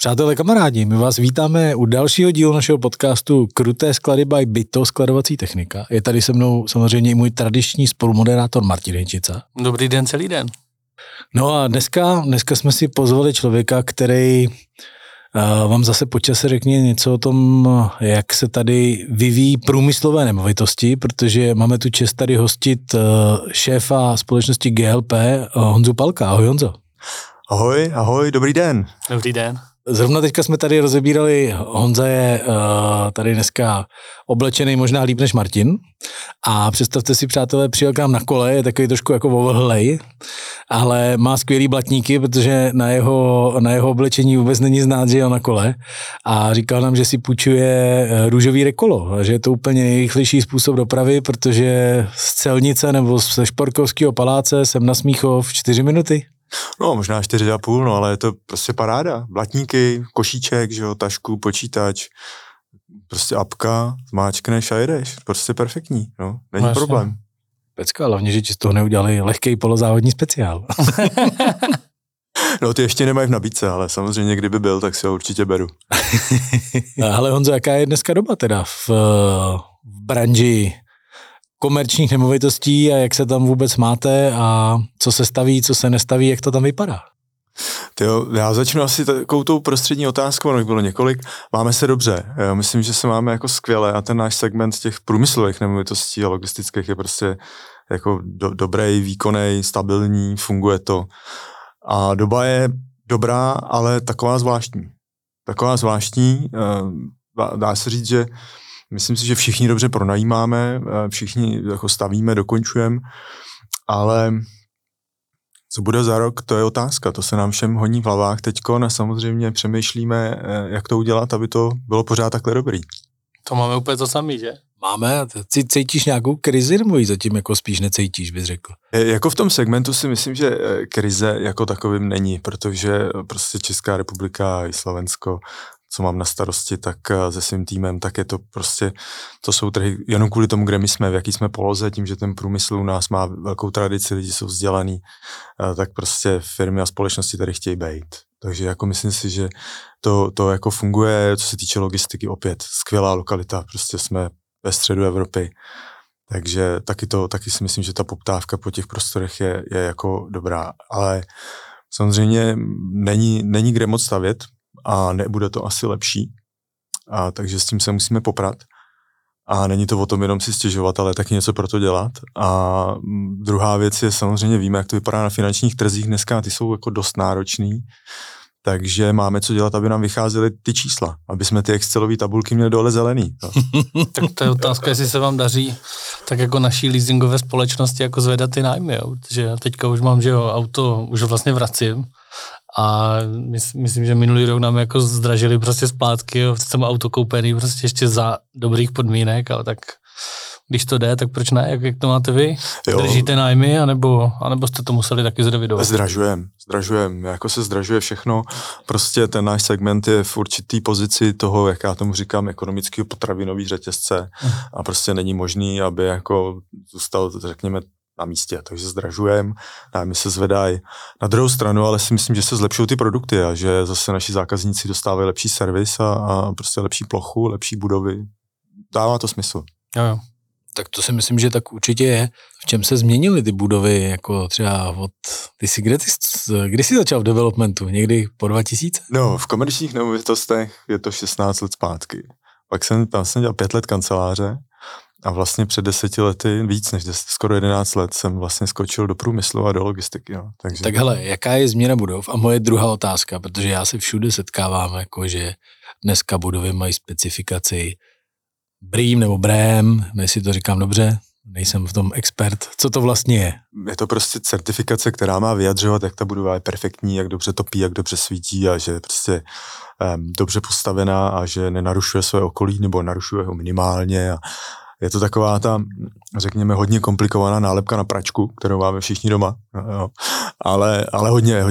Přátelé, kamarádi, my vás vítáme u dalšího dílu našeho podcastu Kruté sklady by Byto, skladovací technika. Je tady se mnou samozřejmě i můj tradiční spolumoderátor Martin Hinčica. Dobrý den, celý den. No a dneska jsme si pozvali člověka, který vám zase po čase řekne něco o tom, jak se tady vyvíjí průmyslové nemovitosti, protože máme tu čest tady hostit šéfa společnosti GLP Honzu Palka. Ahoj, Honzo. Ahoj, dobrý den. Dobrý den. Zrovna teďka jsme tady rozebírali, Honza je tady dneska oblečený možná líp než Martin a představte si, přátelé, přijel k nám na kole, je takový trošku jako ovrhlej, ale má skvělý blatníky, protože na jeho oblečení vůbec není znát, že je na kole a říkal nám, že si půjčuje růžový rekolo a že je to úplně nejrychlejší způsob dopravy, protože z Celnice nebo ze Šporkovského paláce sem na Smíchov 4 minuty. No, možná 4,5, no, ale je to prostě paráda. Blatníky, košíček, že jo, tašku, počítač, prostě apka, zmáčkneš a jedeš. Prostě perfektní, no, není problém. Pecka, hlavně, že ti z toho neudělali lehkej polozávodní speciál. No, ty ještě nemají v nabídce, ale samozřejmě, kdyby byl, tak si ho určitě beru. Ale Honzo, jaká je dneska doba teda v branži komerčních nemovitostí a jak se tam vůbec máte a co se staví, co se nestaví, jak to tam vypadá? Tyjo, já začnu asi takovou tou prostřední otázkou, ono bylo několik. Máme se dobře, já myslím, že se máme jako skvěle a ten náš segment těch průmyslových nemovitostí a logistických je prostě jako dobrý, výkonný, stabilní, funguje to. A doba je dobrá, ale taková zvláštní, dá se říct, že myslím si, že všichni dobře pronajímáme, všichni jako stavíme, dokončujeme, ale co bude za rok, to je otázka, to se nám všem honí v hlavách teďko a samozřejmě přemýšlíme, jak to udělat, aby to bylo pořád takhle dobrý. To máme úplně to samý, že? Máme, a ty cítíš nějakou krizi, nebo ji zatím jako spíš necítíš, bys řekl? Jako v tom segmentu si myslím, že krize jako takovým není, protože prostě Česká republika i Slovensko, co mám na starosti, tak se svým týmem, tak je to prostě, to jsou trhy jenom kvůli tomu, kde my jsme, v jaký jsme poloze, tím, že ten průmysl u nás má velkou tradici, lidi jsou vzdělaný, tak prostě firmy a společnosti tady chtějí být. Takže jako myslím si, že to jako funguje, co se týče logistiky, opět skvělá lokalita, prostě jsme ve středu Evropy, takže taky si myslím, že ta poptávka po těch prostorech je jako dobrá, ale samozřejmě není kde moc stavět, a nebude to asi lepší, a takže s tím se musíme poprat a není to o tom jenom si stěžovat, ale taky něco pro to dělat. A druhá věc je samozřejmě, víme, jak to vypadá na finančních trzích dneska, ty jsou jako dost náročný, takže máme co dělat, aby nám vycházely ty čísla, aby jsme ty excelové tabulky měli dole zelený. Tak to je otázka, jestli se vám daří tak jako naší leasingové společnosti jako zvedat ty nájmy, jo? Protože teďka už mám, že jo, auto už vlastně vracím a myslím, že minulý rok nám jako zdražili prostě splátky, jo? Jsem auto koupený prostě ještě za dobrých podmínek, ale tak když to jde, tak proč ne? Jak to máte vy? Držíte nájmy, anebo jste to museli taky zrevidovat? Zdražujem, jako se zdražuje všechno. Prostě ten náš segment je v určitý pozici toho, jak já tomu říkám, ekonomického potravinový řetězce a prostě není možný, aby jako zůstal, řekněme, na místě, takže zdražujem, nájmy se zvedají. Na druhou stranu, ale si myslím, že se zlepšují ty produkty a že zase naši zákazníci dostávají lepší servis a prostě lepší plochu, lepší budovy. Dává to smysl. Jo. Tak to si myslím, že tak určitě je. V čem se změnily ty budovy, jako třeba kdy jsi začal v developmentu? Někdy po 2000? No, v komerčních nemovitostech je to 16 let zpátky. Pak jsem dělal 5 let kanceláře a vlastně před 10 lety, víc než skoro 11 let, jsem vlastně skočil do průmyslu a do logistiky. No. Takže... Tak hele, jaká je změna budov? A moje druhá otázka, protože já se všude setkávám, jako že dneska budovy mají specifikaci BREEAM nebo BREEAM, jestli to říkám dobře, nejsem v tom expert. Co to vlastně je? Je to prostě certifikace, která má vyjadřovat, jak ta budova je perfektní, jak dobře topí, jak dobře svítí a že je prostě dobře postavená a že nenarušuje své okolí nebo narušuje ho minimálně. A je to taková ta, řekněme, hodně komplikovaná nálepka na pračku, kterou máme všichni doma, jo. Ale hodně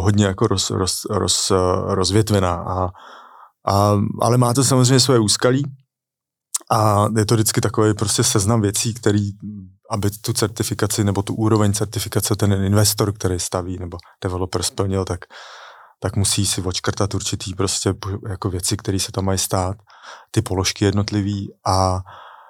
rozvětvená. Ale má to samozřejmě své úskalí. A je to vždycky takový prostě seznam věcí, který, aby tu certifikaci nebo tu úroveň certifikace ten investor, který staví nebo developer splnil, tak tak musí si odškrtat určitý prostě jako věci, které se tam mají stát, ty položky jednotlivý a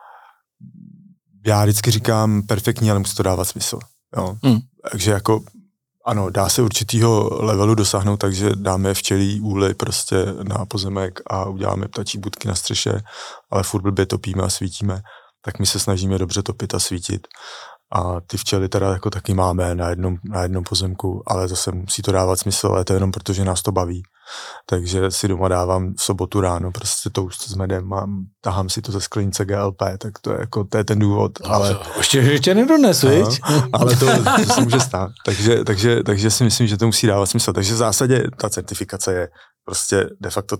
já vždycky říkám perfektní, ale musí to dávat smysl. Jo. Takže jako ano, dá se určitýho levelu dosáhnout, takže dáme včelí úly prostě na pozemek a uděláme ptačí budky na střeše, ale furt blbě topíme a svítíme, tak my se snažíme dobře topit a svítit. A ty včely teda jako taky máme na jednom pozemku, ale zase musí to dávat smysl, ale to je jenom protože nás to baví. Takže si doma dávám v sobotu ráno prostě toast s medem a tahám si to ze sklenice GLP, tak to je ten důvod. Ale ještě nedonesu, ale to se může stát. Takže si myslím, že to musí dávat smysl. Takže v zásadě ta certifikace je prostě de facto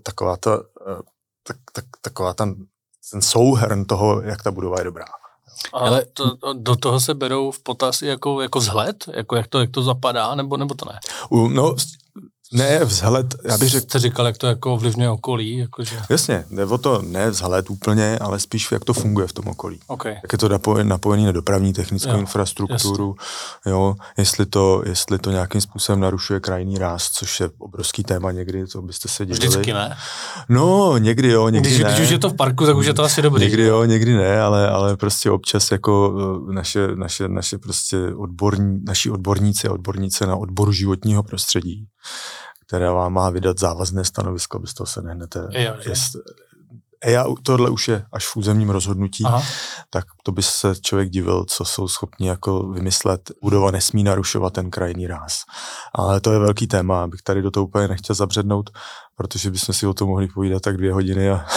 taková ten souhrn toho, jak ta budova je dobrá. Ale do toho se berou v potaz jako vzhled? Jak to zapadá, nebo to ne? No, ne, vzhled, já bych řekl... Jste říkal, jak to jako ovlivňuje okolí? Jakože... Jasně, jde o to ne vzhled úplně, ale spíš jak to funguje v tom okolí. Okay. Jak je to napojený na dopravní technickou infrastrukturu, jo, jestli to nějakým způsobem narušuje krajinný ráz, což je obrovský téma někdy, co byste se divili. Vždycky ne? No, někdy jo, někdy ne. Když už je to v parku, tak už je to asi dobrý. Někdy jo, někdy ne, ale prostě občas jako naše prostě naši odborníci na odboru životního prostředí, která vám má vydat závazné stanovisko, bez toho se nehnete. Tohle už je až v územním rozhodnutí, tak to by se člověk divil, co jsou schopni jako vymyslet. Budova nesmí narušovat ten krajinný ráz. Ale to je velký téma, abych tady do toho úplně nechtěl zabřednout, protože bychom si o tom mohli povídat tak 2 hodiny a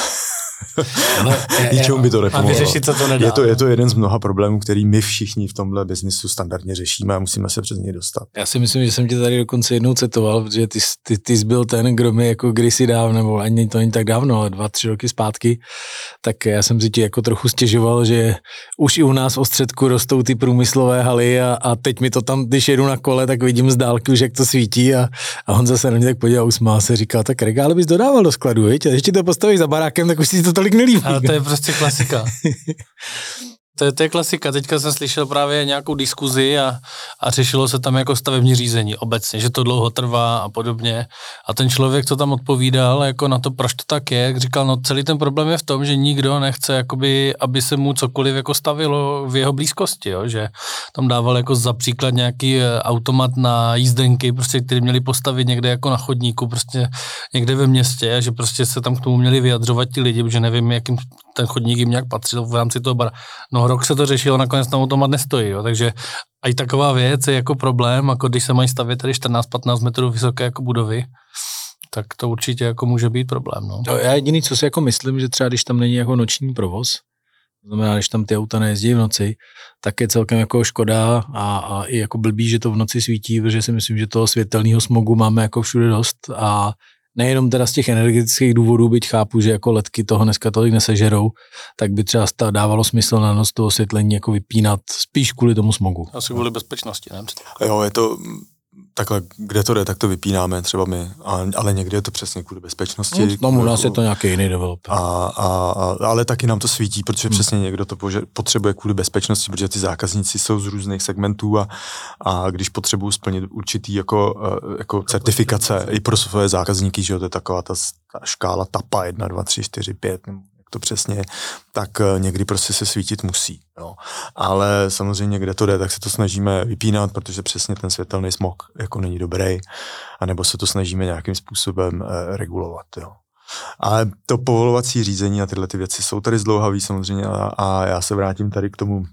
ničemu by to nepomohlo. A vyřešit, co to nedá. Je to jeden z mnoha problémů, který my všichni v tomhle biznisu standardně řešíme a musíme se přes něj dostat. Já si myslím, že jsem tě tady dokonce jednou citoval, protože ty jsi byl ten, kdo mi jako kdysi dávno, nebo ani to není tak dávno, ale 2-3 roky zpátky, tak já jsem si ti jako trochu stěžoval, že už i u nás v Ostředku rostou ty průmyslové haly a teď mi to tam, když jedu na kole, tak vidím z dálky už, jak to svítí a on zase na mě tak podíval, usmál se, říkal, tak regály bys dodával do skladu, viď? A ještě to postavíš za barákem, tak už si to tolik nelíbí. Ale to je prostě klasika. To je klasika. Teďka jsem slyšel právě nějakou diskuzi a řešilo se tam jako stavební řízení obecně, že to dlouho trvá a podobně. A ten člověk, co tam odpovídal jako na to, proč to tak je, říkal, no celý ten problém je v tom, že nikdo nechce, jakoby, aby se mu cokoliv jako stavilo v jeho blízkosti, jo? Že tam dával jako za příklad nějaký automat na jízdenky, prostě, který měli postavit někde jako na chodníku, prostě někde ve městě, a že prostě se tam k tomu měli vyjadřovat ti lidi, protože nevím, jakým ten chodník jim nějak patřil v rámci toho bara. No rok se to řešilo, nakonec tam automat nestojí, jo? Takže i taková věc je jako problém, jako když se mají stavět tady 14-15 metrů vysoké jako budovy, tak to určitě jako může být problém. No. Já jediný, co si jako myslím, že třeba když tam není jako noční provoz, to znamená, když tam ty auta nejezdí v noci, tak je celkem jako škoda a i jako blbý, že to v noci svítí, protože si myslím, že toho světelného smogu máme jako všude dost a nejenom teda z těch energetických důvodů, byť chápu, že jako ledky toho dneska tolik nesežerou, tak by třeba dávalo smysl na noc to osvětlení jako vypínat spíš kvůli tomu smogu. Asi kvůli bezpečnosti, ne? Jo, je to takhle, kde to jde, tak to vypínáme třeba my, ale někdy je to přesně kvůli bezpečnosti. No, u nás je to nějaký jiný developer. Ale taky nám to svítí, protože přesně někdo to potřebuje kvůli bezpečnosti, protože ty zákazníci jsou z různých segmentů a když potřebují splnit určitý jako certifikace i pro své zákazníky, že jo, to je taková ta škála TAPA 1, 2, 3, 4, 5, to přesně, tak někdy prostě se svítit musí. Jo. Ale samozřejmě, kde to jde, tak se to snažíme vypínat, protože přesně ten světelný smog jako není dobrý, anebo se to snažíme nějakým způsobem regulovat. Jo. Ale to povolovací řízení a tyhle ty věci jsou tady zdlouhavý samozřejmě a já se vrátím tady k tomu,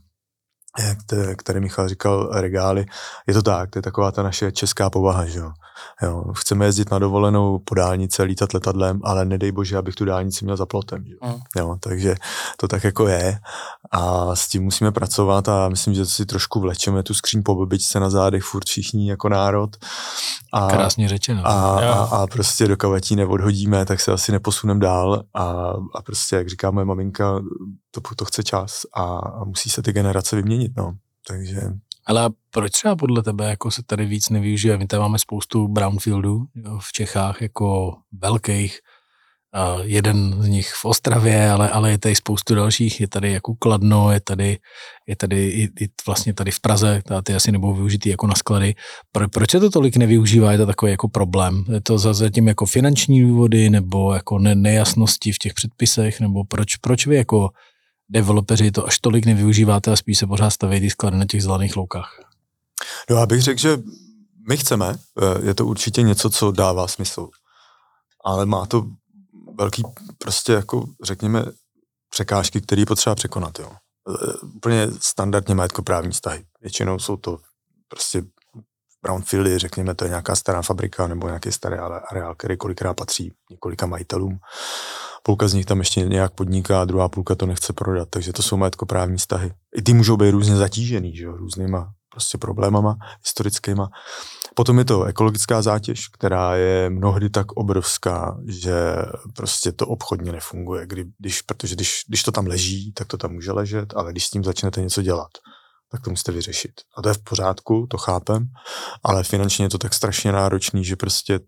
jak tady Michal říkal, regály. Je to tak, to je taková ta naše česká povaha, že jo. Jo, chceme jezdit na dovolenou po dálnici, lítat letadlem, ale nedej bože, abych tu dálnici měl za plotem. Jo, takže to tak jako je a s tím musíme pracovat a myslím, že si trošku vlečeme tu skříň po babičce na zádech furt všichni jako národ. Krásně řečeno. A prostě dokud ji neodhodíme, tak se asi neposuneme dál a prostě, jak říká moje maminka, to chce čas a musí se ty generace vyměnit, no. Takže... Ale proč třeba podle tebe jako se tady víc nevyužije? My tady máme spoustu brownfieldů v Čechách, jako velkých, jeden z nich v Ostravě, ale je tady spoustu dalších, je tady jako Kladno, je tady i vlastně tady v Praze, ty asi nebudou využitý jako na sklady. Proč se to tolik nevyužívá, je to takový jako problém? Je to zatím jako finanční důvody, nebo jako nejasnosti v těch předpisech, nebo proč vy jako developeři to až tolik nevyužíváte a spíš se pořád staví ty sklady na těch zelených loukách? No, já bych řekl, že my chceme, je to určitě něco, co dává smysl, ale má to velký prostě jako řekněme překážky, které je potřeba překonat. Jo. Úplně standardně majetkoprávní vztahy. Většinou jsou to prostě brownfieldy, řekněme, to je nějaká stará fabrika nebo nějaký starý areál, který kolikrát patří několika majitelům. Půlka z nich tam ještě nějak podniká, druhá půlka to nechce prodat, takže to jsou majetkoprávní vztahy. I ty můžou být různě zatížený, že jo, různýma prostě problémama historickýma. Potom je to ekologická zátěž, která je mnohdy tak obrovská, že prostě to obchodně nefunguje, protože když to tam leží, tak to tam může ležet, ale když s tím začnete něco dělat, tak to musíte vyřešit. A to je v pořádku, to chápem, ale finančně je to tak strašně náročný, že prostě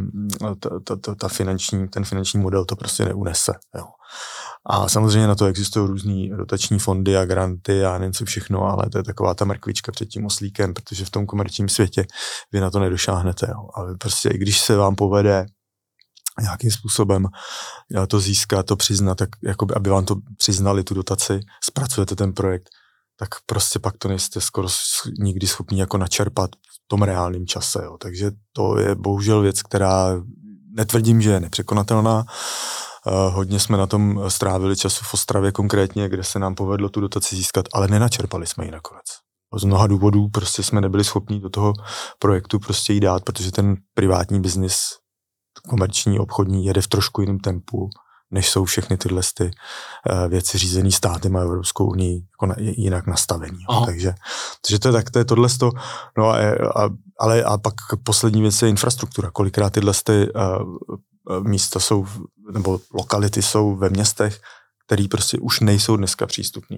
ten finanční model to prostě neunese. Jo. A samozřejmě na to existují různý dotační fondy a granty a nevím co všechno, ale to je taková ta mrkvička před tím oslíkem, protože v tom komerčním světě vy na to nedošáhnete. Jo. Ale prostě i když se vám povede nějakým způsobem to získat, to přiznat, tak jako aby vám to přiznali tu dotaci, zpracujete ten projekt, tak prostě pak to nejste skoro nikdy schopni jako načerpat v tom reálném čase. Jo. Takže to je bohužel věc, která netvrdím, že je nepřekonatelná. Hodně jsme na tom strávili času v Ostravě konkrétně, kde se nám povedlo tu dotaci získat, ale nenačerpali jsme ji nakonec. Z mnoha důvodů prostě jsme nebyli schopni do toho projektu prostě jí dát, protože ten privátní biznis, komerční, obchodní, jede v trošku jiném tempu, než jsou všechny tyhle věci řízený státem a Evropskou unii jako jinak nastavení. Takže to je tohle. No ale pak poslední věc je infrastruktura. Kolikrát tyhle místa jsou, nebo lokality jsou ve městech, které prostě už nejsou dneska přístupný.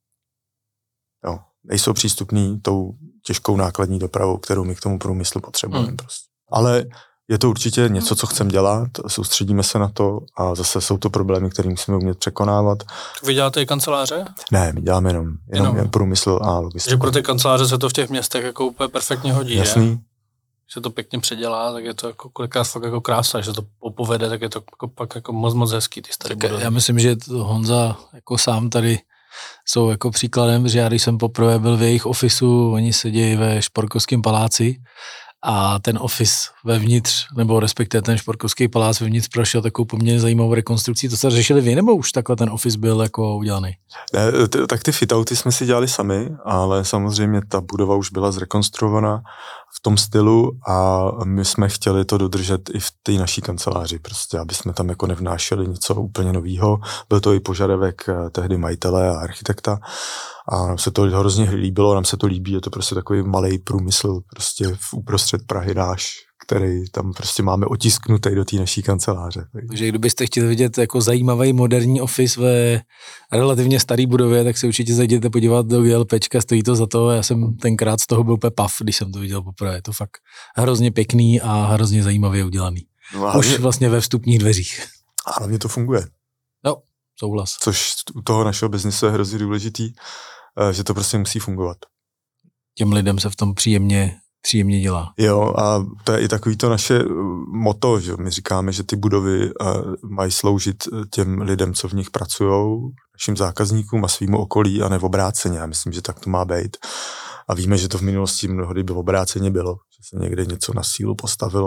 Jo, nejsou přístupný tou těžkou nákladní dopravou, kterou my k tomu průmyslu potřebujeme. Prostě. Ale je to určitě něco, co chceme dělat, soustředíme se na to a zase jsou to problémy, které musíme umět překonávat. Vy děláte i kanceláře? Ne, my děláme jenom průmysl a logistiku. Takže pro ty kanceláře se to v těch městech jako úplně perfektně hodí, Jasný. Je? Když se to pěkně předělá, tak je to jako kolikrát fakt jako krása, když se to povede, tak je to jako pak jako moc hezký, ty staré budovy. Já myslím, že Honza jako sám tady jsou jako příkladem, že já když jsem poprvé byl v jejich ofisu, oni sedějí ve Šporkovském paláci a ten office vevnitř, nebo respektive ten Šporkovský palác vevnitř prošel takovou poměrně zajímavou rekonstrukcí. To jste řešili vy, nebo už takhle ten office byl jako udělaný? Tak ty fit-outy jsme si dělali sami, ale samozřejmě ta budova už byla zrekonstruovaná v tom stylu a my jsme chtěli to dodržet i v té naší kanceláři, prostě, aby jsme tam jako nevnášeli něco úplně novýho. Byl to i požadavek tehdy majitele a architekta a nám se to hrozně líbilo, nám se to líbí, je to prostě takový malej průmysl prostě v uprostřed Prahy náš, který tam prostě máme otisknutý do té naší kanceláře. Takže kdybyste chtěli vidět jako zajímavý moderní office ve relativně staré budově, tak se určitě zajděte podívat do GLPčka, stojí to za to. Já jsem tenkrát z toho byl úplně pav, když jsem to viděl poprvé. Je to fakt hrozně pěkný a hrozně zajímavě udělaný. No, už vlastně ve vstupních dveřích. A hlavně to funguje. Jo, souhlas. Což u toho našeho biznesu je hrozně důležitý, že to prostě musí fungovat. Těm lidem se v tom příjemně dělá. Jo, a to je i takový to naše motto, že my říkáme, že ty budovy mají sloužit těm lidem, co v nich pracují, našim zákazníkům a svýmu okolí a ne v obráceně. Já myslím, že tak to má být. A víme, že to v minulosti mnohdy by v obráceně bylo, že se někde něco na sílu postavilo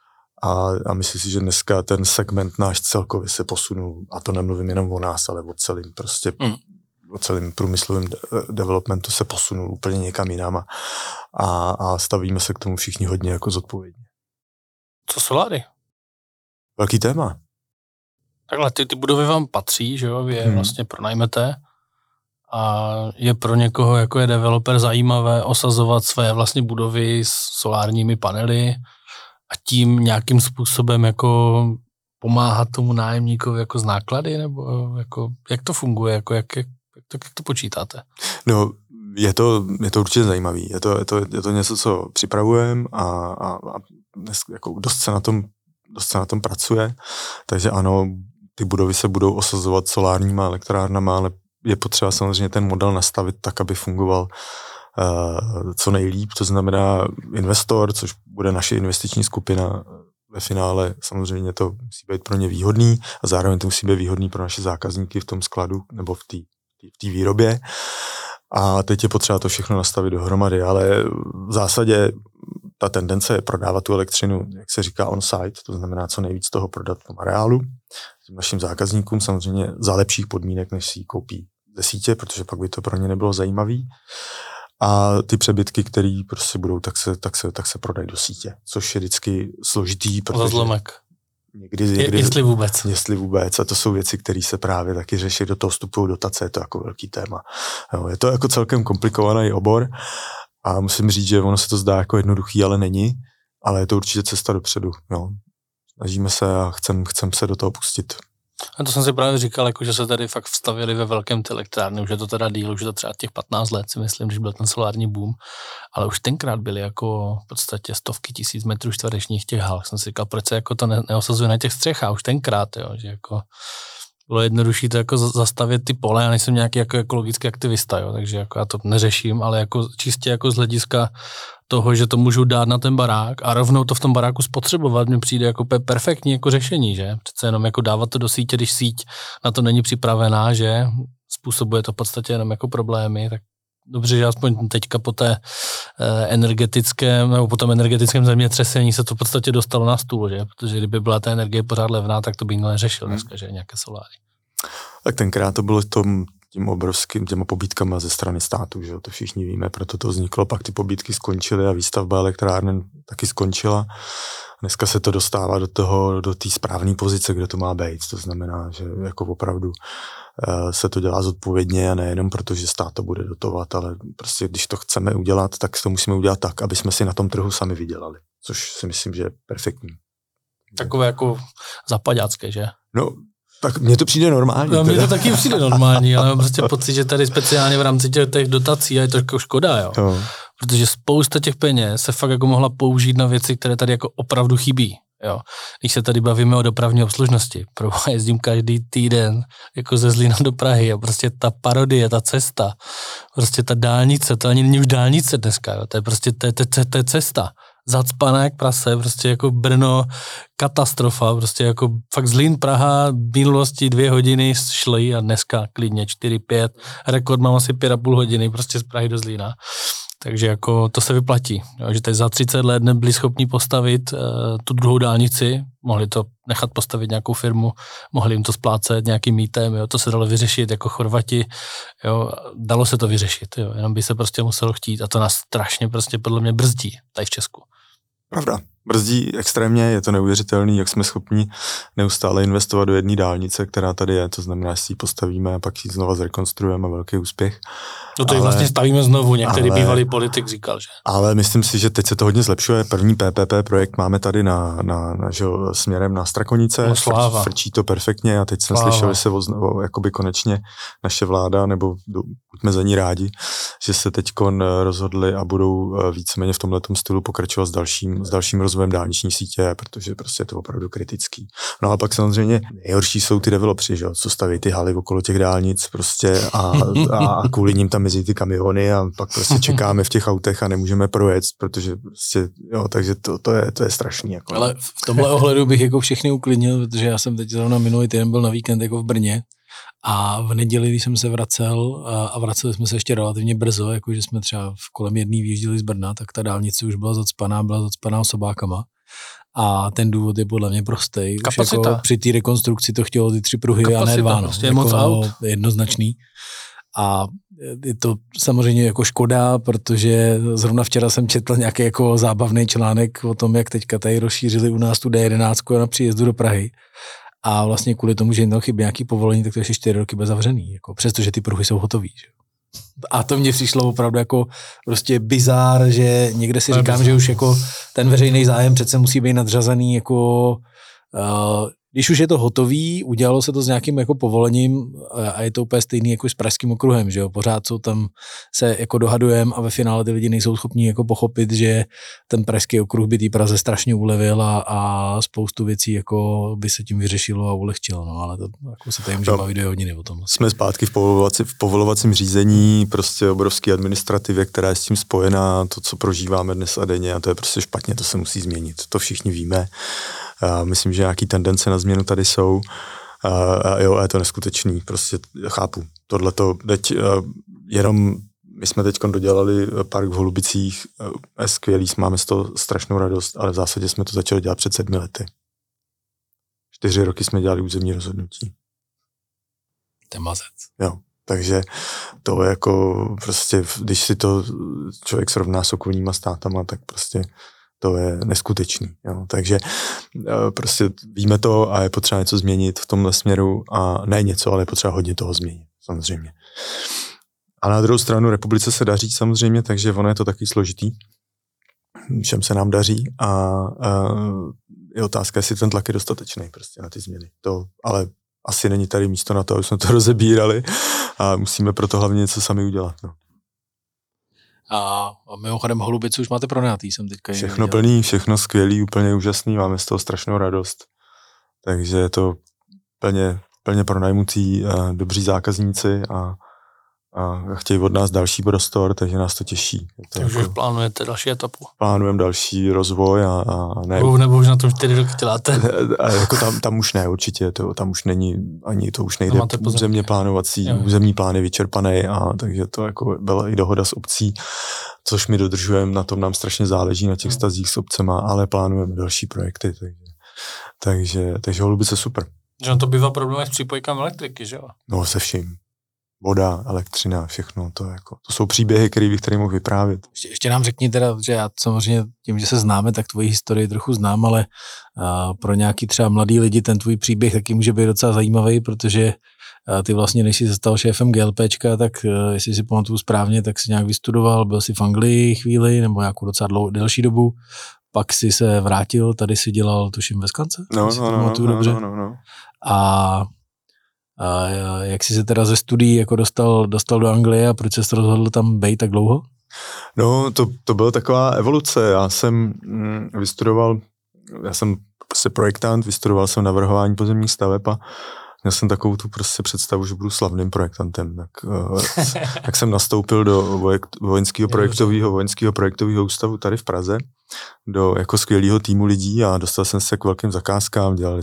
a myslím si, že dneska ten segment náš celkově se posunul a to nemluvím jenom o nás, ale o celým prostě o celém průmyslovém developmentu se posunul úplně někam jinam a stavíme se k tomu všichni hodně jako zodpovědně. Co soláry? Velký téma. Takhle, ty budovy vám patří, že jo, vy je vlastně pronajmete a je pro někoho, jako je developer, zajímavé osazovat své vlastní budovy s solárními panely a tím nějakým způsobem jako pomáhat tomu nájemníkovi jako z náklady, nebo jako, jak to funguje, jako jak to počítáte? No, je to určitě zajímavý. Je to něco, co připravujeme a dnes jako dost se na tom dost se na tom pracuje, takže ano, ty budovy se budou osazovat solárníma elektrárnama, ale je potřeba samozřejmě ten model nastavit tak, aby fungoval co nejlíp, to znamená investor, což bude naše investiční skupina ve finále, samozřejmě to musí být pro ně výhodný a zároveň to musí být výhodný pro naše zákazníky v tom skladu nebo v té výrobě. A teď je potřeba to všechno nastavit dohromady, ale v zásadě ta tendence je prodávat tu elektřinu, jak se říká on-site, to znamená co nejvíc toho prodat v tom areálu, našim zákazníkům samozřejmě za lepších podmínek, než si ji koupí ze sítě, protože pak by to pro ně nebylo zajímavý. A ty přebytky, které prostě budou, tak se prodají do sítě, což je vždycky složitý. Za zlomek. Někdy, Jestli vůbec. A to jsou věci, které se právě taky řeší, do toho vstupují dotace, je to jako velký téma. Jo, je to jako celkem komplikovaný obor a musím říct, že ono se to zdá jako jednoduchý, ale není, ale je to určitě cesta dopředu. Jo. Snažíme se a chcem se do toho pustit. A to jsem si právě říkal, jako, že se tady fakt vstavili ve velkém ty elektrárny, už je to teda díl, už je to třeba těch 15 let, si myslím, když byl ten solární boom, ale už tenkrát byly jako v podstatě stovky tisíc metrů čtverečních těch hal. Jsem si říkal, proč se jako to neosazuje na těch střechách, už tenkrát, jo, že jako bylo jednodušší to jako zastavět ty pole, já nejsem nějaký jako ekologický aktivista, jo, takže jako já to neřeším, ale jako čistě jako z hlediska toho, že to můžu dát na ten barák a rovnou to v tom baráku spotřebovat, mi přijde jako perfektní jako řešení, že? Přece jenom jako dávat to do sítě, když síť na to není připravená, že způsobuje to v podstatě jenom jako problémy, tak dobře, že aspoň teďka po té po tom energetickém zemětřesení se to v podstatě dostalo na stůl, že? Protože kdyby byla ta energie pořád levná, tak to by nikdo neřešil dneska, že nějaké soláry. Tak tenkrát to bylo tím obrovským, těma pobídkama ze strany státu, že jo, to všichni víme, proto to vzniklo, pak ty pobídky skončily a výstavba elektrárny taky skončila. Dneska se to dostává do té správné pozice, kde to má být, to znamená, že jako opravdu se to dělá zodpovědně a nejenom proto, že stát to bude dotovat, ale prostě když to chceme udělat, tak to musíme udělat tak, aby jsme si na tom trhu sami vydělali, což si myslím, že je perfektní. Takové jako zapaďácké, že? No, tak mně to přijde normální. No, mně to taky přijde normální, ale mám prostě pocit, že tady speciálně v rámci těch dotací je to jako škoda, jo. No. Protože spousta těch peněz se fakt jako mohla použít na věci, které tady jako opravdu chybí, jo. Když se tady bavíme o dopravní obslužnosti, jezdím každý týden jako ze Zlína do Prahy a prostě ta parodie, ta cesta, prostě ta dálnice, to ani není už dálnice dneska, jo. To je prostě to je cesta. Zacpaná jak prase, prostě jako Brno, katastrofa, prostě jako fakt Zlín, Praha, v minulosti 2 hodiny šly a dneska klidně 4-5, rekord mám asi 5,5 hodiny prostě z Prahy do Zlína. Takže jako to se vyplatí, jo, že teď za 30 let nebyli schopni postavit tu druhou dálnici, mohli to nechat postavit nějakou firmu, mohli jim to splácet nějakým mýtem, jo, to se dalo vyřešit jako Chorvati, jo, dalo se to vyřešit, jo, jenom by se prostě muselo chtít a to nás strašně prostě podle mě brzdí tady v Česku. Pravda. Brzdí extrémně, je to neuvěřitelný, jak jsme schopni neustále investovat do jedné dálnice, která tady je, to znamená, že si ji postavíme a pak si ji znova zrekonstruujeme, velký úspěch. No to ji vlastně stavíme znovu, některý bývalý politik říkal, že? Ale myslím si, že teď se to hodně zlepšuje, první PPP projekt máme tady směrem na Strakonice, frčí to perfektně a teď jsem slyšel, že se jakoby konečně naše vláda, nebo buďme za ní rádi, že se teďkon rozhodli a budou víceméně v tomhletom stylu pokračovat s dalším rozvojem dálniční sítě, protože prostě je to opravdu kritický. No a pak samozřejmě nejhorší jsou ty developři, že, co staví ty haly okolo těch dálnic prostě a kvůli nim tam mezi ty kamiony a pak prostě čekáme v těch autech a nemůžeme projet, protože prostě, jo, takže to je strašný. Jako. Ale v tomhle ohledu bych jako všechny uklidnil, protože já jsem teď zrovna minulý týden byl na víkend jako v Brně a v neděli, když jsem se vracel a vraceli jsme se ještě relativně brzo, jakože jsme třeba kolem 1 vyjížděli z Brna, tak ta dálnice už byla zacpaná osobákama. A ten důvod je podle mě prostý. Kapacita. Jako při té rekonstrukci to chtělo ty 3 pruhy kapacita, a ne 2. Prostě jako moc aut. Jednoznačný. A je to samozřejmě jako škoda, protože zrovna včera jsem četl nějaký jako zábavný článek o tom, jak teďka tady rozšířili u nás tu D11 na příjezdu do Prahy. A vlastně kvůli tomu, že jim tam chybí nějaký povolení, tak to ještě 4 roky bude zavřený, jako přestože ty pruhy jsou hotový. Že? A to mně přišlo opravdu jako prostě bizár, že někde si říkám, že už jako ten veřejný zájem přece musí být nadřazený jako když už je to hotový, udělalo se to s nějakým jako povolením a je to úplně stejný jako s pražským okruhem, že jo, pořád jsou tam se jako dohadujeme a ve finále ty lidi nejsou schopní jako pochopit, že ten pražský okruh by té Praze strašně ulevil a spoustu věcí jako by se tím vyřešilo a ulehčilo, no, ale to jako se tady může bavit 2 hodiny o tom. Jsme zpátky v povolovacím řízení, prostě obrovský administrativě, která je s tím spojená, to, co prožíváme dnes a denně, a to je prostě špatně, to se musí změnit, to všichni víme. Myslím, že nějaký tendence na změnu tady jsou. Jo, je to neskutečný, prostě chápu. Tohleto, teď jenom, my jsme teď dodělali park v Holubicích, skvělý, máme z toho strašnou radost, ale v zásadě jsme to začali dělat před 7 lety. 4 roky jsme dělali územní rozhodnutí. Temazec. Jo, takže to je jako prostě, když si to člověk srovná s okolníma státama, tak prostě to je neskutečný. Jo. Takže prostě víme to a je potřeba něco změnit v tomhle směru a ne něco, ale je potřeba hodně toho změnit, samozřejmě. A na druhou stranu republice se daří samozřejmě, takže ono je to taky složitý. Všem se nám daří a je otázka, jestli ten tlak je dostatečný prostě na ty změny. To, ale asi není tady místo na to, aby jsme to rozebírali a musíme proto hlavně něco sami udělat. No. A mimochodem Holubice už máte pronátý, jsem teďka. Všechno plný, všechno skvělý, úplně úžasný, máme z toho strašnou radost. Takže je to plně pronajmutý, dobří zákazníci a chtějí od nás další prostor, takže nás to těší. Takže jako, plánujete další etapu? Plánujeme další rozvoj a ne. Nebo už na tom 4 roky děláte? A jako tam už ne, určitě, tam už není, ani to už nejde územně plánovací, územní plány vyčerpaný a takže to jako byla i dohoda s obcí, což my dodržujeme, na tom nám strašně záleží, na těch stazích s obcema, ale plánujeme další projekty, takže Holubice super. Že on to bývá problém s přípojkami elektriky, že jo? No se vším. Voda, elektřina, všechno, to jsou příběhy, které bych tady mohl vyprávět. Ještě nám řekni teda, že já samozřejmě tím, že se známe, tak tvoji historii trochu znám, ale pro nějaký třeba mladý lidi ten tvůj příběh taky může být docela zajímavý, protože ty vlastně, než jsi se stal šéfem GLPčka, tak jestli si pamatuju správně, tak si nějak vystudoval, byl si v Anglii chvíli, nebo nějakou docela delší dobu, pak si se vrátil, tady si dělal, tuším, ve Skance? No. A jak jsi se teda ze studií jako dostal do Anglie a proč jsi se rozhodl tam být tak dlouho? No, to byla taková evoluce. Já jsem prostě projektant, vystudoval jsem navrhování pozemních staveb a měl jsem takovou tu prostě představu, že budu slavným projektantem. Tak jsem nastoupil do vojenského projektového ústavu tady v Praze, do jako skvělého týmu lidí a dostal jsem se k velkým zakázkám, dělali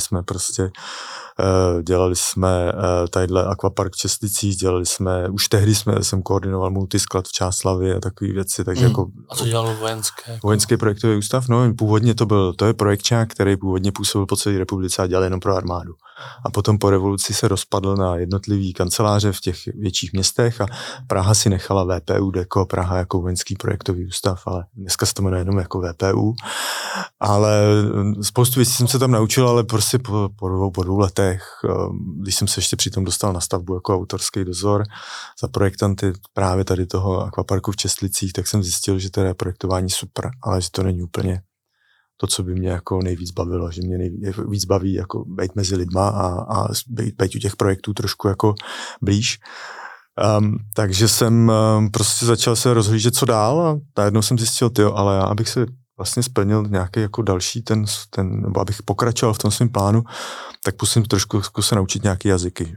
jsme tadyhle akvapark v Česlicích, už tehdy jsem koordinoval multisklad v Čáslavi a takové věci, takže jako... A co dělalo vojenské? Vojenský projektový ústav, no původně to je projekťák, který původně působil po celé republice a dělal jenom pro armádu. A potom po revoluci se rozpadl na jednotlivý kanceláře v těch větších městech a Praha si nechala VPU Deko, Praha jako vojenský projektový ústav, ale dneska se to jmenuje jenom jako VPU. Ale spoustu věcí jsem se tam naučil, ale prostě po 2 letech, když jsem se ještě přitom dostal na stavbu jako autorský dozor za projektanty právě tady toho akvaparku v Česlicích, tak jsem zjistil, že teda projektování super, ale že to není úplně to, co by mě jako nejvíc bavilo, že mě nejvíc baví jako být mezi lidma a být u těch projektů trošku jako blíž. Takže jsem prostě začal se rozhlížet, co dál a najednou jsem zjistil, ale já, abych se vlastně splnil nějaký jako další nebo abych pokračoval v tom svém plánu, tak musím trošku se naučit nějaký jazyky.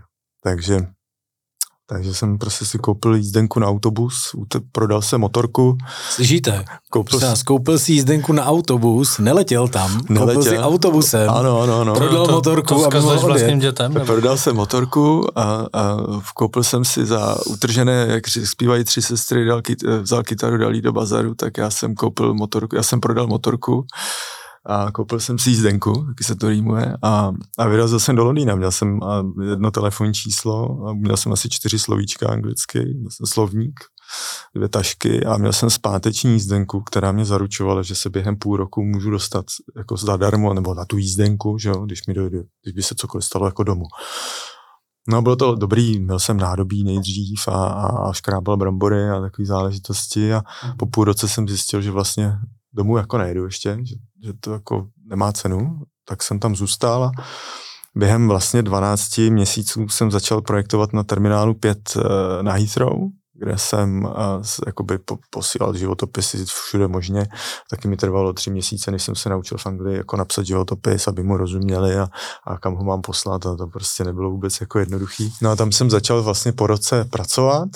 Takže jsem prostě si koupil jízdenku na autobus, prodal jsem motorku. Slyšíte? Koupil si jízdenku na autobus, neletěl tam, koupil si autobusem, ano. prodal motorku a byl vlastním dětem. Prodal jsem motorku a koupil jsem si za utržené, jak zpívají 3 sestry, vzal kytaru, dal jí do bazaru, tak já jsem koupil motorku, já jsem prodal motorku a koupil jsem si jízdenku, taky se to rýmuje, a vyrazil jsem do Londýna. Měl jsem 1 telefonní číslo a měl jsem asi 4 slovíčka anglicky, měl jsem slovník, 2 tašky a měl jsem zpáteční jízdenku, která mě zaručovala, že se během půl roku můžu dostat jako zadarmo, nebo na tu jízdenku, že jo, když by se cokoliv stalo jako domů. No, bylo to dobrý, měl jsem nádobí nejdřív a škrábal brambory a takové záležitosti a po půl roce jsem zjistil, že vlastně domů jako nejedu ještě, že to jako nemá cenu, tak jsem tam zůstal a během vlastně 12 měsíců jsem začal projektovat na terminálu 5 na Heathrow, kde jsem jakoby posílal životopisy všude možně. Taky mi trvalo 3 měsíce, než jsem se naučil v Anglii jako napsat životopis, aby mu rozuměli a kam ho mám poslat, a to prostě nebylo vůbec jako jednoduchý. No a tam jsem začal vlastně po roce pracovat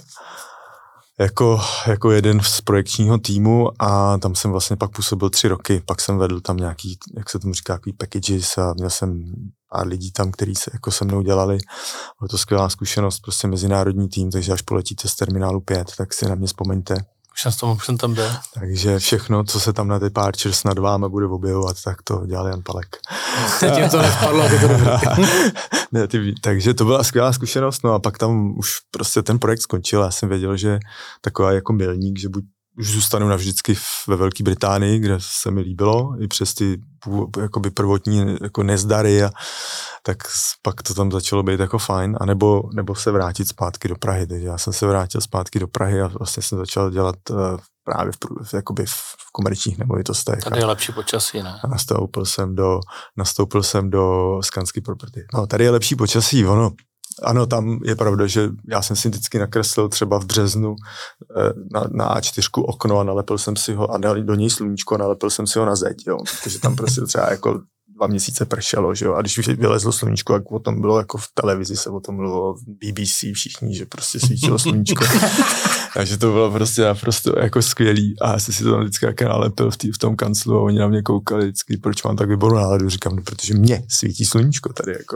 jako jeden z projekčního týmu a tam jsem vlastně pak působil 3 roky, pak jsem vedl tam nějaký, jak se tomu říká, takový packages a měl jsem pár lidí tam, kteří se jako se mnou dělali. Byla to skvělá zkušenost, prostě mezinárodní tým, takže až poletíte z terminálu 5, tak si na mě vzpomeňte. Už jsem tam byl. Takže všechno, co se tam na Departures nad váma bude objevovat, tak to dělal Jan Palek. Zatím to nespadlo, aby to dobré. Ne, takže to byla skvělá zkušenost, no a pak tam už prostě ten projekt skončil. Já jsem věděl, že taková jako milník, že buď už zůstanu navždycky ve Velké Británii, kde se mi líbilo, i přes ty jakoby prvotní jako nezdary, a tak pak to tam začalo být jako fajn, anebo se vrátit zpátky do Prahy. Takže já jsem se vrátil zpátky do Prahy a vlastně jsem začal dělat právě v komerčních nemovitostech. Tady je lepší počasí, ne? A nastoupil jsem do Skanski Property. No, tady je lepší počasí, ano, tam je pravda, že já jsem si vždycky nakreslil třeba v březnu na A4 okno a nalepil jsem si ho a dal do něj sluníčko a nalepil jsem si ho na zeď, jo, protože tam prostě třeba jako 2 měsíce pršelo, že jo, a když už vylezlo sluníčko, jak o tom bylo jako v televizi, se o tom mluvilo v BBC všichni, že prostě svítilo sluníčko. Takže to bylo prostě naprosto jako skvělý a já jsem si to tam vždycky jako nalepil v tom kanclu a oni na mě koukali vždycky, proč mám tak výbornou náladu, říkám, no, protože mě svítí sluníčko tady jako.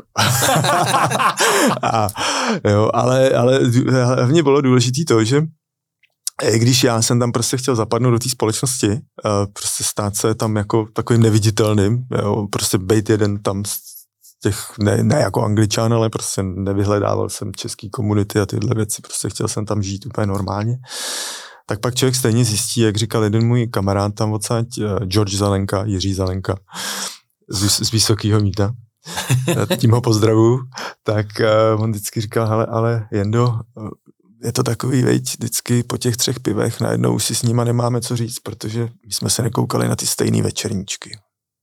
ale hlavně bylo důležitý to, že když já jsem tam prostě chtěl zapadnout do té společnosti, prostě stát se tam jako takovým neviditelným, jo, prostě bejt jeden tam z těch, ne jako Angličan, ale prostě nevyhledával jsem český komunity a tyhle věci, prostě chtěl jsem tam žít úplně normálně. Tak pak člověk stejně zjistí, jak říkal jeden můj kamarád tam odsaď, Jiří Zelenka, z Vysokýho Mýta, tím ho pozdravuju, tak on vždycky říkal, ale Jendo, je to takový, veď, vždycky po těch 3 pivech najednou už si s nima nemáme co říct, protože my jsme se nekoukali na ty stejné večerníčky.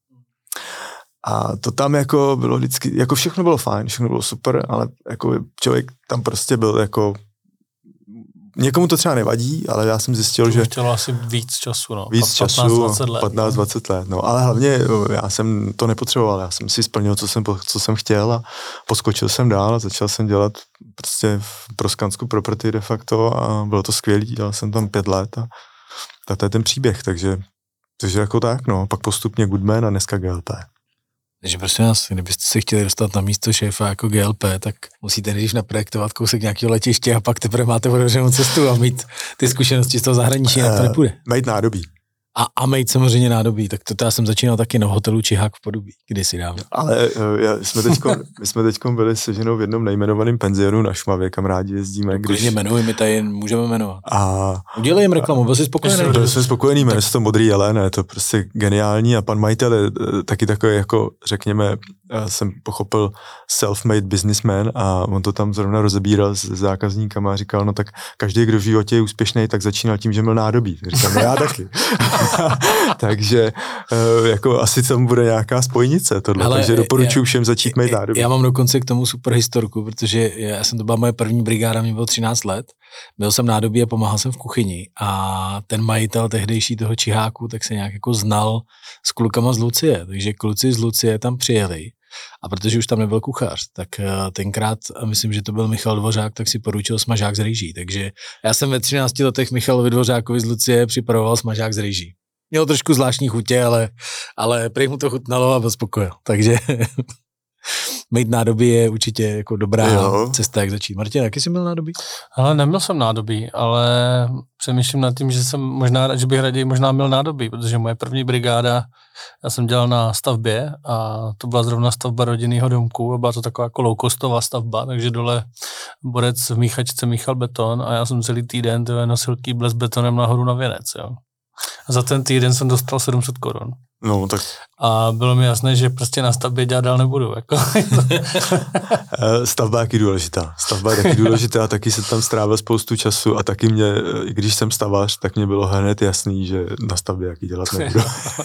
A to tam jako bylo vždycky, jako všechno bylo fajn, všechno bylo super, ale jako člověk tam prostě byl jako, někomu to třeba nevadí, ale já jsem zjistil, že... Chtělo asi víc času, no. Víc času, 15-20 let, no. Ale hlavně já jsem to nepotřeboval, já jsem si splnil, co jsem chtěl a poskočil jsem dál a začal jsem dělat prostě pro Skansku Property de facto a bylo to skvělý, dělal jsem tam 5 let a to je ten příběh, takže jako tak, no. Pak postupně Goodman a dneska GLP. Takže prosím vás, kdybyste se chtěli dostat na místo šéfa jako GLP, tak musíte nejdřív naprojektovat kousek nějakého letiště a pak teprve máte otevřenou cestu a mít ty zkušenosti z toho zahraničí, na to nepůjde. Mít nádobí. A mít samozřejmě nádobí, tak to já jsem začínal taky na hotelu Čihák v Podubí, kdysi dávno. Ale my jsme teďkom byli se ženou v jednom nejmenovaném penzionu na Šumavě, kam rádi jezdíme. Klidně jmenuji, my tady můžeme jmenovat. Udělej jim reklamu, byl jsi spokojený? Jsme spokojený, jmenuje se to Modrý jelen, je to prostě geniální a pan majitel je taky takový, jako řekněme, jsem pochopil self-made businessman a on to tam zrovna rozebíral s zákazníkama a říkal, no tak každý, kdo v životě je úspěšný, tak začínal tím, že měl nádobí. Říkám, no já taky. Takže jako asi tam bude nějaká spojnice tohle, ale takže doporučuji všem začít mít nádobí. Já mám dokonce k tomu super historku, protože to byla moje první brigáda, mě bylo 13 let, byl jsem nádobí a pomáhal jsem v kuchyni a ten majitel tehdejší toho Čiháku tak se nějak jako znal s klukama z Lucie, takže kluci z Lucie tam přijeli. A protože už tam nebyl kuchař, tak tenkrát, myslím, že to byl Michal Dvořák, tak si poručil smažák z rýží. Takže já jsem ve 13 letech Michalovi Dvořákovi z Lucie připravoval smažák z rýží. Měl trošku zvláštní chutě, ale prej mu to chutnalo a byl spokojen. Takže mít nádobí je určitě jako dobrá cesta, jak začít. Martin, jaký jsi měl nádobí? Ale neměl jsem nádobí, ale přemýšlím nad tím, že bych raději možná měl nádobí, protože moje první brigáda, já jsem dělal na stavbě a to byla zrovna stavba rodinného domku a byla to taková jako low-costová stavba, takže dole borec v míchačce míchal beton a já jsem celý týden nosil kýble s betonem nahoru na věnec, jo. A za ten týden jsem dostal 700 korun. No, tak. A bylo mi jasné, že prostě na stavbě dělat dál nebudu. Jako. Stavba je taky důležitá. Stavba je taky důležitá, taky jsem tam strávil spoustu času a taky mě, i když jsem stavař, tak mě bylo hned jasný, že na stavbě jaký dělat nebudu.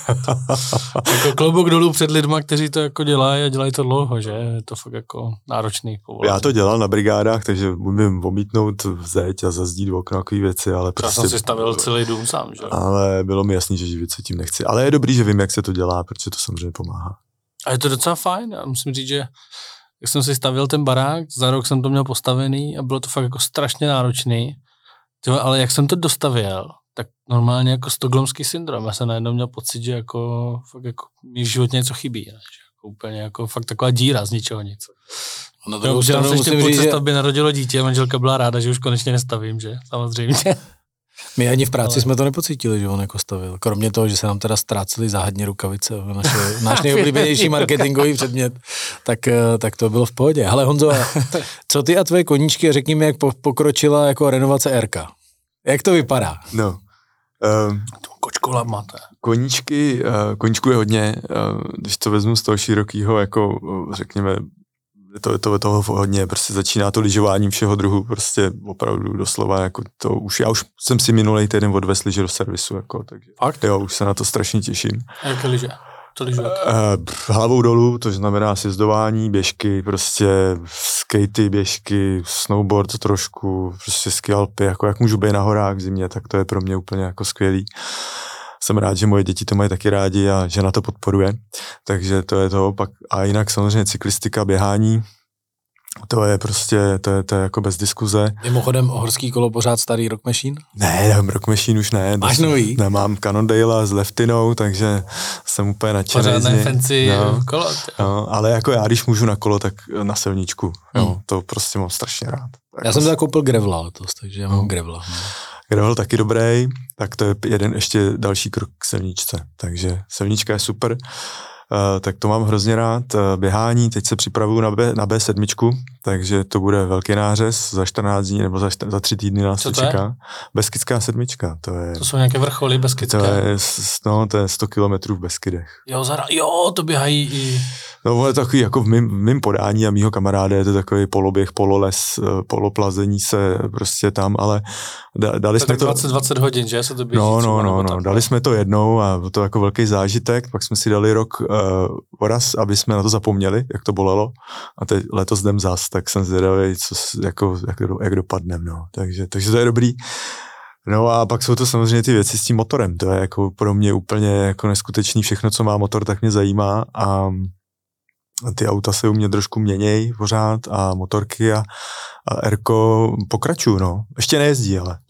Jako klobouk dolů před lidma, kteří to jako dělají a dělají to dlouho, že? Je to fakt jako náročný povolání. Já to dělal na brigádách, takže umím omítnout zeď a zazdít v okno, takové věci, ale prostě... Já jsem si stavil celý dům sám, že? Ale bylo mi jasný, že živit se tím nechci. Ale je dobrý, že vím, jak se to dělá, protože to samozřejmě pomáhá. A je to docela fajn, já musím říct, že jak jsem si stavil ten barák, za rok jsem to měl postavený a bylo to fakt jako strašně náročný, ale jak jsem to dostavil, tak normálně jako stockholmský syndrom, já jsem najednou měl pocit, že jako fakt jako mi v životě něco chybí, ne? Že jako úplně jako fakt taková díra z ničeho nic. Na druhou stranu se ještě musím po říct, že stavbě narodilo dítě a manželka byla ráda, že už konečně nestavím, že? Samozřejmě. my ani v práci jsme to nepocítili, že on jako stavil. Kromě toho, že se nám teda ztrácely záhadně rukavice, náš nejoblíbenější marketingový předmět, tak to bylo v pohodě. Hele Honzo, co ty a tvoje koníčky, řekni mi, jak pokročila jako renovace Erka? Jak to vypadá? No. Kočkolab máte. Koníčku je hodně, když to vezmu z toho širokýho, jako řekněme, je to toho hodně, prostě začíná to lyžováním všeho druhu, prostě opravdu doslova, jako to já už jsem si minulej týden odvez lyže do servisu, jako, takže fakt? Jo, už se na to strašně těším. A jaké lyže? To lyžujete? Hlavou dolů, to znamená sjezdování, běžky, prostě skatey, běžky, snowboard trošku, prostě ski alpy, jako jak můžu být na horách v zimě, tak to je pro mě úplně jako skvělý. Jsem rád, že moje děti to mají taky rádi a žena to podporuje, takže to je to. Pak, a jinak samozřejmě cyklistika, běhání, to je prostě, to je jako bez diskuze. Mimochodem horský kolo pořád starý Rock Machine? Ne, Rock Machine už ne. Máš nový? Nemám Cannondale s Leftinou, takže jsem úplně nadšený. Pořádné fancy kolo. No, ale jako já, když můžu na kolo, tak na silničku. Jo, to prostě mám strašně rád. Já jsem teda koupil Grevla letos, takže já mám Grevla. No. Gravel taky dobrý, tak to je jeden ještě další krok k silničce. Takže silnička je super, tak to mám hrozně rád. Běhání, teď se připravuju na B7, takže to bude velký nářez za 14 dní nebo za 3 týdny nás to čeká. Beskidská 7, to jsou nějaké vrcholy beskydské. To je 100 kilometrů v Beskydech. Jo, to běhají i... No, je takový jako v mým podání a mýho kamaráda je to takový poloběh, pololes, poloplazení se prostě tam, ale dali jsme to... 20 hodin, že? Se to běží No, dali jsme to jednou a bylo to jako velký zážitek, pak jsme si dali rok voraz, aby jsme na to zapomněli, jak to bolelo a teď letos jdem zas, tak jsem zvědavý, jak dopadnem, no. Takže to je dobrý. No a pak jsou to samozřejmě ty věci s tím motorem, to je jako pro mě úplně jako neskutečný, všechno, co má motor, tak mě zajímá a ty auta se u mě trošku měnějí pořád a motorky a Erko pokračuju, no. Ještě nejezdí.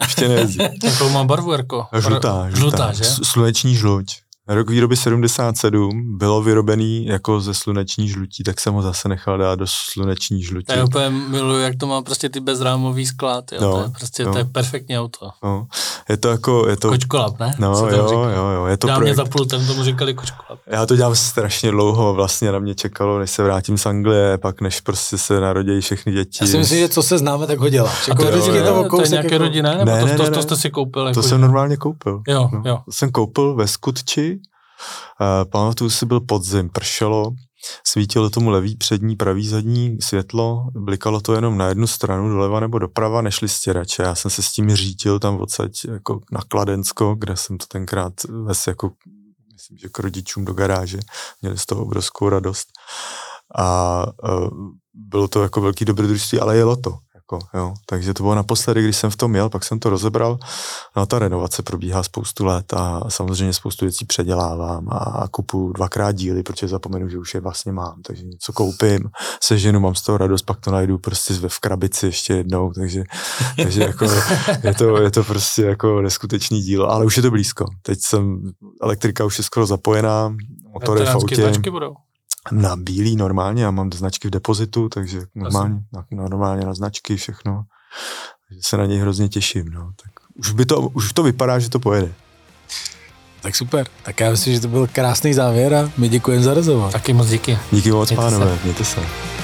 Jakou má barvu Erko? Žlutá, že? Sluneční žluť. Rok výroby 77, bylo vyrobený jako ze sluneční žlutí, tak jsem ho zase nechal dát do sluneční žlutí. Já úplně miluji, jak to má prostě ty bezrámový sklad, jo. To je prostě to je perfektní auto. No. Je to jako... Kočkolab, ne? No, jo. Je to projekt. Mě za pultem tomu říkali kočkolab. Já to dělám strašně dlouho, vlastně na mě čekalo, než se vrátím z Anglie, pak než prostě se narodí všechny děti. Já si myslím, že co se známe, tak ho děláš. A to je nějaké rodina, nebo to jste si koupil? To jsem normálně koupil. Jo. To jsem koupil ve Skutči. Pamatuju si, byl podzim, pršelo, svítilo tomu levý přední, pravý zadní světlo, blikalo to jenom na jednu stranu, doleva nebo doprava, nešli stěrače. Já jsem se s tím řítil tam odsaď jako na Kladensko, kde jsem to tenkrát ves jako, myslím, že k rodičům do garáže. Měli z toho obrovskou radost. A bylo to jako velký dobrodružství, ale jelo to. Jo. Takže to bylo naposledy, když jsem v tom jel, pak jsem to rozebral. No ta renovace probíhá spoustu let a samozřejmě spoustu věcí předělávám a kupuju 2x díly, protože zapomenu, že už je vlastně mám. Takže něco koupím, seženu, mám z toho radost, pak to najdu prostě v krabici ještě jednou, takže jako je to prostě jako neskutečný dílo, ale už je to blízko. Teď elektrika už je skoro zapojená, motory v autě. Značky budou? Na bílý normálně, já mám značky v depozitu, takže normálně na značky všechno. Takže se na něj hrozně těším. No. Tak už to vypadá, že to pojede. Tak super. Tak já myslím, že to byl krásný závěr a my děkujeme za rozhovor. Taky moc díky. Díky moc, pánové. Mějte se.